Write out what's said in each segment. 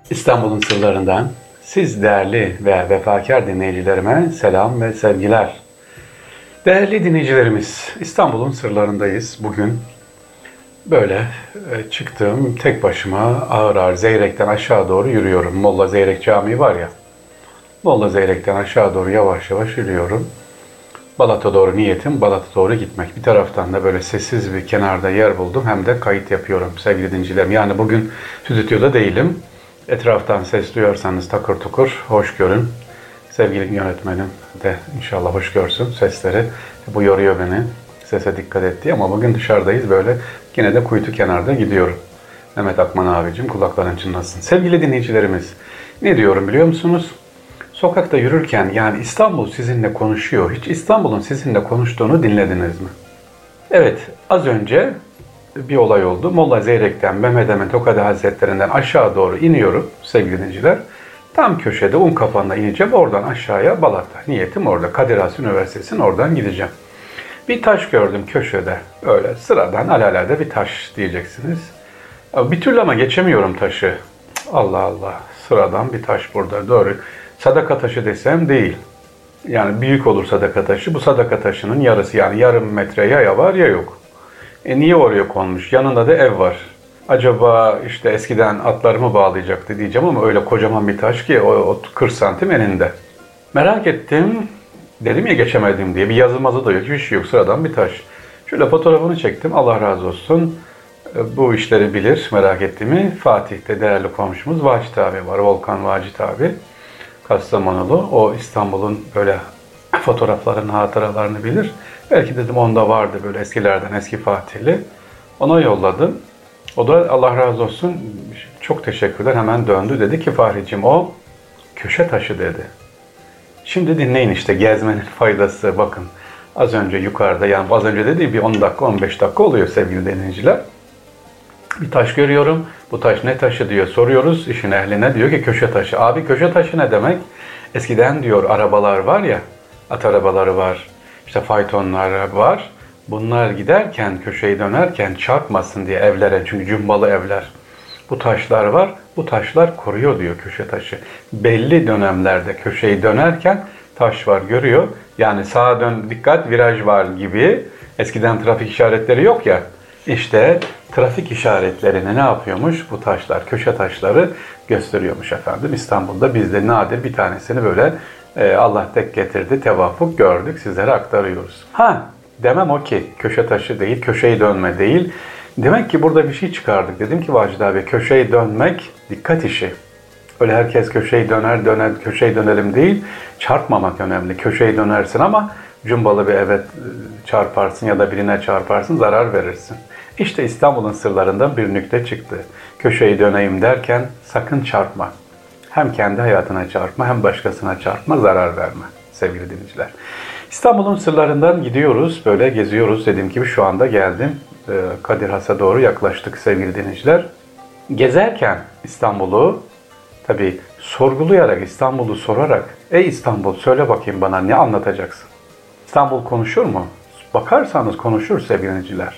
İstanbul'un sırlarından siz değerli ve vefakar dinleyicilerime selam ve sevgiler. Değerli dinleyicilerimiz, İstanbul'un sırlarındayız. Bugün böyle çıktım tek başıma ağır ağır Zeyrek'ten aşağı doğru yürüyorum. Molla Zeyrek Camii var ya, Molla Zeyrek'ten aşağı doğru yavaş yavaş yürüyorum. Balat'a doğru niyetim, Balat'a doğru gitmek. Bir taraftan da böyle sessiz bir kenarda yer buldum. Hem de kayıt yapıyorum sevgili dinleyicilerim. Yani bugün stüdyoda değilim. Etraftan ses duyarsanız takır tukur, hoş görün. Sevgili yönetmenim de inşallah hoş görsün sesleri. Bu yoruyor beni. Sese dikkat et diye ama bugün dışarıdayız böyle. Yine de kuytu kenarda gidiyorum. Mehmet Akman abicim kulakların çınlasın. Sevgili dinleyicilerimiz, ne diyorum biliyor musunuz? Sokakta yürürken yani İstanbul sizinle konuşuyor. Hiç İstanbul'un sizinle konuştuğunu dinlediniz mi? Evet, az önce bir olay oldu. Molla Zeyrek'ten Mehmet Emin Tokadi Hazretlerinden aşağı doğru iniyorum sevgili dinleyiciler. Tam köşede Unkapanı'na ineceğim. Oradan aşağıya Balat'a. Niyetim orada. Kadir Has Üniversitesi'nin oradan gideceğim. Bir taş gördüm köşede. Öyle sıradan alelade bir taş diyeceksiniz. Bir türlü ama geçemiyorum taşı. Allah Allah. Sıradan bir taş burada. Doğru. Sadaka taşı desem değil. Yani büyük olur sadaka taşı. Bu sadaka taşının yarısı yani yarım metre ya var ya yok. Niye oraya konmuş? Yanında da ev var. Acaba işte eskiden atlarımı bağlayacaktı diyeceğim ama öyle kocaman bir taş ki o 40 santim eninde. Merak ettim. Dedim ya geçemedim diye. Bir yazılmazı da yok. Hiçbir şey yok. Sıradan bir taş. Şöyle fotoğrafını çektim. Allah razı olsun. Bu işleri bilir. Merak ettiğimi. Fatih'te değerli komşumuz Vacit abi var. Volkan Vacit abi. Kastamonulu. O İstanbul'un böyle fotoğraflarını, hatıralarını bilir. Belki dedim onda vardı böyle eskilerden, eski Fatihli. Ona yolladım. O da Allah razı olsun çok teşekkürler hemen döndü. Dedi ki Fahricim o köşe taşı dedi. Şimdi dinleyin işte gezmenin faydası bakın. Az önce yukarıda yani az önce dediğim bir 10 dakika 15 dakika oluyor sevgili dinleyiciler. Bir taş görüyorum. Bu taş ne taşı diyor soruyoruz işin ehline diyor ki köşe taşı. Abi köşe taşı ne demek? Eskiden diyor arabalar var ya at arabaları var. İşte faytonlar var. Bunlar giderken köşeyi dönerken çarpmasın diye evlere çünkü cumbalı evler. Bu taşlar var. Bu taşlar koruyor diyor köşe taşı. Belli dönemlerde köşeyi dönerken taş var görüyor. Yani sağa dön dikkat viraj var gibi. Eskiden trafik işaretleri yok ya. İşte trafik işaretlerini ne yapıyormuş? Bu taşlar, köşe taşları gösteriyormuş efendim. İstanbul'da biz de nadir bir tanesini böyle Allah tek getirdi, tevafuk gördük, sizlere aktarıyoruz. Demem o ki köşe taşı değil, köşeyi dönme değil. Demek ki burada bir şey çıkardık. Dedim ki Vacid abi köşeyi dönmek dikkat işi. Öyle herkes köşeyi döner, köşeyi dönelim değil. Çarpmamak önemli. Köşeyi dönersin ama cumbalı bir eve çarparsın ya da birine çarparsın, zarar verirsin. İşte İstanbul'un sırlarından bir nükte çıktı. Köşeyi döneyim derken sakın çarpma. Hem kendi hayatına çarpma hem başkasına çarpma, zarar verme sevgili dinleyiciler. İstanbul'un sırlarından gidiyoruz, böyle geziyoruz. Dediğim gibi şu anda geldim. Kadir Has'a doğru yaklaştık sevgili dinleyiciler. Gezerken İstanbul'u tabii sorgulayarak, İstanbul'u sorarak, ey İstanbul söyle bakayım bana ne anlatacaksın? İstanbul konuşur mu? Bakarsanız konuşur sevgili dinleyiciler.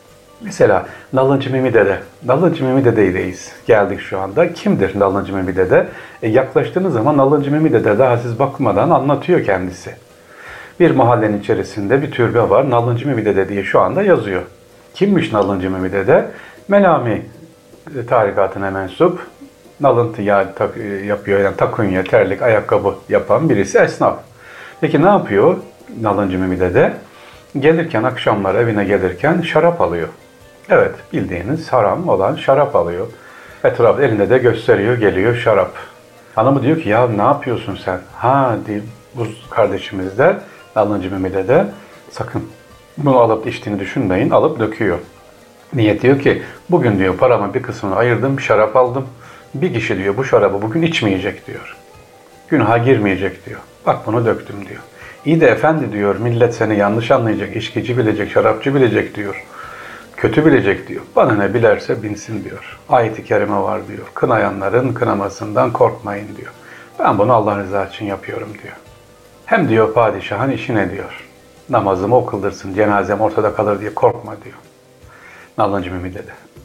Mesela Nalıncı Mimi Dede. Nalıncı Mimi Dede'yleyiz. Geldik şu anda. Kimdir Nalıncı Mimi Dede? Yaklaştığınız zaman Nalıncı Mimi Dede daha siz bakmadan anlatıyor kendisi. Bir mahallenin içerisinde bir türbe var. Nalıncı Mimi Dede diye şu anda yazıyor. Kimmiş Nalıncı Mimi Dede? Melami tarikatına mensup. Nalıntı yapıyor. Yani takunya, terlik, ayakkabı yapan birisi esnaf. Peki ne yapıyor Nalıncı Mimi Dede? Gelirken akşamlar evine gelirken şarap alıyor. Evet bildiğiniz haram olan şarap alıyor. Etraf elinde de gösteriyor geliyor şarap. Hanımı diyor ki ya ne yapıyorsun sen? Diye bu kardeşimiz de Nalıncı Mimi Dede sakın bunu alıp içtiğini düşünmeyin alıp döküyor. Niyet diyor ki bugün diyor paramın bir kısmını ayırdım şarap aldım. Bir kişi diyor bu şarabı bugün içmeyecek diyor. Günaha girmeyecek diyor. Bak bunu döktüm diyor. İyi de efendi diyor millet seni yanlış anlayacak, içkici bilecek, şarapçı bilecek diyor. Kötü bilecek diyor. Bana ne bilerse binsin diyor. Ayet-i kerime var diyor. Kınayanların kınamasından korkmayın diyor. Ben bunu Allah rızası için yapıyorum diyor. Hem diyor padişahın işine diyor. Namazımı o kıldırsın, cenazem ortada kalır diye korkma diyor. Nalıncı Mimi Dede.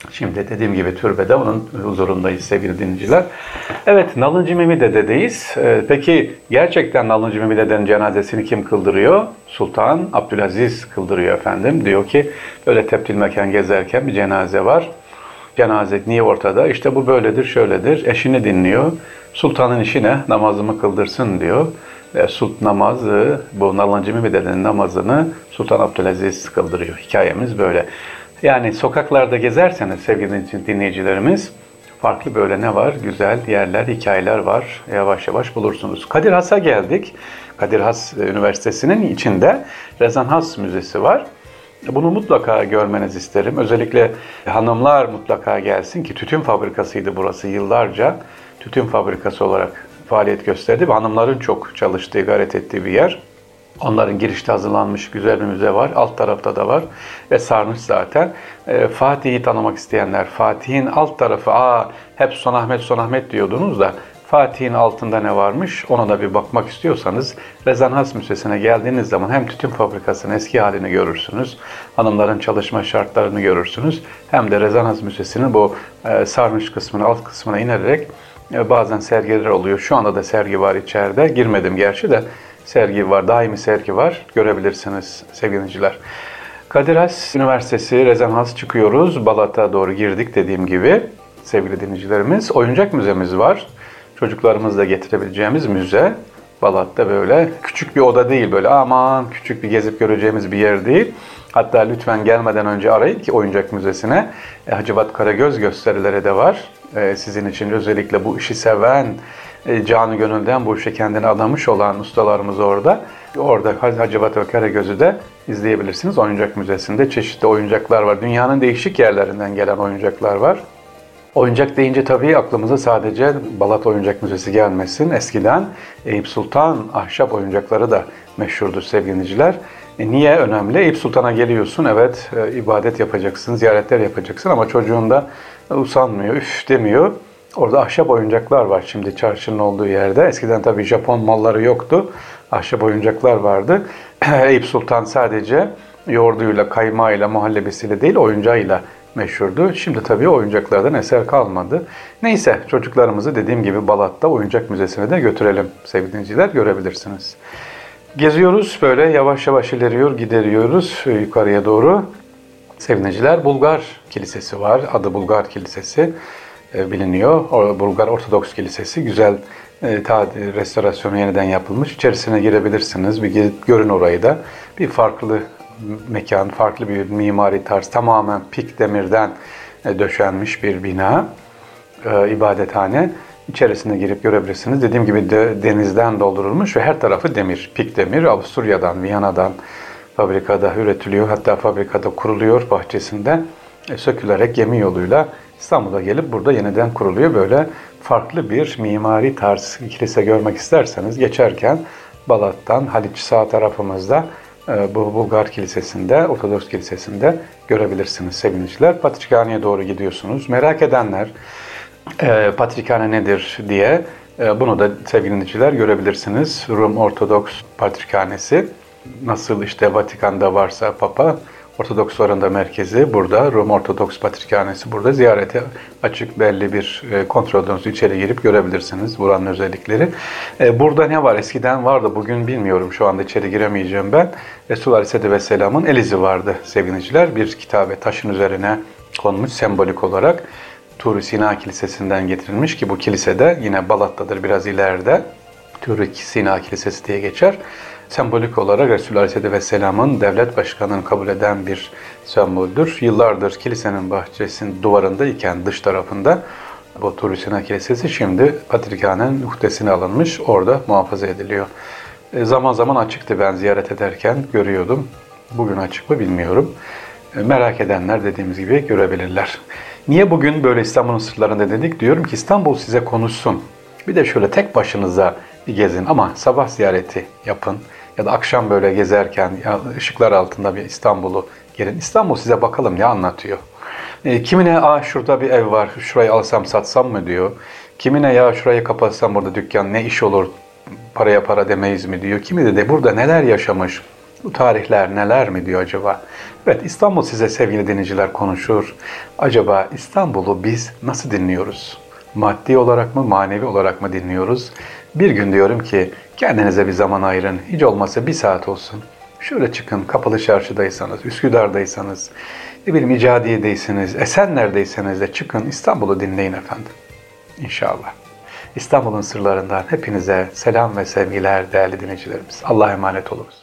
Şimdi dediğim gibi türbede onun huzurundayız sevgili dinleyiciler. Evet, Nalıncı Mehmet Dede'deyiz. Peki gerçekten Nalıncı Mehmet Dede'nin cenazesini kim kıldırıyor? Sultan Abdülaziz kıldırıyor efendim. Diyor ki böyle teptil mekan gezerken bir cenaze var. Cenaze niye ortada? İşte bu böyledir, şöyledir. Eşini dinliyor. Sultanın işi ne? Namazımı kıldırsın diyor. Ve namazı, bu Nalıncı Mehmet Dede'nin namazını Sultan Abdülaziz kıldırıyor. Hikayemiz böyle. Yani sokaklarda gezerseniz sevgili dinleyicilerimiz farklı böyle ne var? Güzel yerler, hikayeler var. Yavaş yavaş bulursunuz. Kadir Has'a geldik. Kadir Has Üniversitesi'nin içinde Rezan Has Müzesi var. Bunu mutlaka görmenizi isterim. Özellikle hanımlar mutlaka gelsin ki tütün fabrikasıydı burası yıllarca. Tütün fabrikası olarak faaliyet gösterdi ve hanımların çok çalıştığı, gayret ettiği bir yer. Onların girişte hazırlanmış güzel bir müze var. Alt tarafta da var. Ve sarnıç zaten. Fatih'i tanımak isteyenler, Fatih'in alt tarafı, hep Sultanahmet diyordunuz da Fatih'in altında ne varmış ona da bir bakmak istiyorsanız Rezan Has Müzesi'ne geldiğiniz zaman hem tütün fabrikasının eski halini görürsünüz, hanımların çalışma şartlarını görürsünüz, hem de Rezan Has Müzesi'nin bu sarnıç kısmına, alt kısmına inerek bazen sergiler oluyor. Şu anda da sergi var içeride. Girmedim gerçi de. Sergi var, daimi sergi var. Görebilirsiniz sevgili dinleyiciler. Kadir Has Üniversitesi, Rezan Has çıkıyoruz. Balat'a doğru girdik dediğim gibi. Sevgili dinleyicilerimiz, oyuncak müzemiz var. Çocuklarımızla getirebileceğimiz müze. Balat'ta böyle küçük bir oda değil, böyle aman küçük bir gezip göreceğimiz bir yer değil. Hatta lütfen gelmeden önce arayın ki oyuncak müzesine. Hacivat Karagöz gösterileri de var. Sizin için özellikle bu işi seven, canı gönülden bu işe kendini adamış olan ustalarımız orada. Orada Hacivat Karagöz'ü de izleyebilirsiniz. Oyuncak müzesinde çeşitli oyuncaklar var. Dünyanın değişik yerlerinden gelen oyuncaklar var. Oyuncak deyince tabii aklımıza sadece Balat Oyuncak Müzesi gelmesin. Eskiden Eyüp Sultan ahşap oyuncakları da meşhurdur sevgili dinleyiciler. Niye önemli? Eyüp Sultan'a geliyorsun, evet ibadet yapacaksın, ziyaretler yapacaksın ama çocuğun da usanmıyor, üf demiyor. Orada ahşap oyuncaklar var şimdi çarşının olduğu yerde. Eskiden tabii Japon malları yoktu. Ahşap oyuncaklar vardı. Eyüp Sultan sadece yoğurduyla, kaymağıyla, muhallebisiyle değil oyuncağıyla meşhurdu. Şimdi tabii oyuncaklardan eser kalmadı. Neyse çocuklarımızı dediğim gibi Balat'ta Oyuncak Müzesi'ne de götürelim sevgili dinleyiciler, görebilirsiniz. Geziyoruz böyle yavaş yavaş gideriyoruz yukarıya doğru. Sevgili dinleyiciler, Bulgar Kilisesi var. Adı Bulgar Kilisesi biliniyor. Bulgar Ortodoks Kilisesi. Güzel restorasyonu yeniden yapılmış. İçerisine girebilirsiniz. Bir görün orayı da. Bir farklı mekan, farklı bir mimari tarz. Tamamen pik demirden döşenmiş bir bina. İbadethane. İçerisine girip görebilirsiniz. Dediğim gibi denizden doldurulmuş ve her tarafı demir. Pik demir Avusturya'dan, Viyana'dan fabrikada üretiliyor. Hatta fabrikada kuruluyor bahçesinde. Sökülerek gemi yoluyla İstanbul'a gelip burada yeniden kuruluyor. Böyle farklı bir mimari tarz kilise görmek isterseniz geçerken Balat'tan Haliç sağ tarafımızda bu Bulgar Kilisesi'nde, Ortodoks Kilisesi'nde görebilirsiniz sevgiliciler. Patrikhane'ye doğru gidiyorsunuz. Merak edenler Patrikhane nedir diye bunu da sevgili dinleyiciler görebilirsiniz. Rum Ortodoks Patrikhanesi. Nasıl işte Vatikan'da varsa Papa, Ortodoksların da merkezi burada. Rum Ortodoks Patrikhanesi burada. Ziyarete açık, belli bir kontrolden sonra içeri girip görebilirsiniz buranın özellikleri. Burada ne var? Eskiden vardı. Bugün bilmiyorum. Şu anda içeri giremeyeceğim ben. Resulullah Aleyhisselatü Vesselam'ın el izi vardı sevgili dinleyiciler. Bir kitabe taşın üzerine konmuş sembolik olarak. Tur-i Sina Kilisesi'nden getirilmiş ki bu kilisede yine Balat'tadır biraz ileride. Tur-i Sina Kilisesi diye geçer. Sembolik olarak Resulullah Aleyhisselatü Vesselam'ın devlet başkanını kabul eden bir semboldür. Yıllardır kilisenin bahçesinin duvarında iken dış tarafında bu Tur-i Sina Kilisesi şimdi Patrikhane'nin uhdesine alınmış, orada muhafaza ediliyor. Zaman zaman açıktı, ben ziyaret ederken görüyordum. Bugün açık mı bilmiyorum. Merak edenler dediğimiz gibi görebilirler. Niye bugün böyle İstanbul'un sırlarında dedik? Diyorum ki İstanbul size konuşsun. Bir de şöyle tek başınıza bir gezin ama sabah ziyareti yapın. Ya da akşam böyle gezerken ya ışıklar altında bir İstanbul'u gelin. İstanbul size bakalım ne anlatıyor. Kimine şurada bir ev var, şurayı alsam satsam mı diyor. Kimine ya şurayı kapatsam burada dükkan ne iş olur, paraya para demeyiz mi diyor. Kimi de burada neler yaşamış, Bu tarihler neler mi diyor acaba? Evet, İstanbul size sevgili dinleyiciler konuşur. Acaba İstanbul'u biz nasıl dinliyoruz? Maddi olarak mı, manevi olarak mı dinliyoruz? Bir gün diyorum ki kendinize bir zaman ayırın. Hiç olmazsa 1 saat olsun. Şöyle çıkın, Kapalı Çarşı'daysanız, Üsküdar'daysanız, ne bileyim İcadiye'deyseniz, Esenler'deyseniz de çıkın İstanbul'u dinleyin efendim. İnşallah. İstanbul'un sırlarından hepinize selam ve sevgiler değerli dinleyicilerimiz. Allah'a emanet olunuz.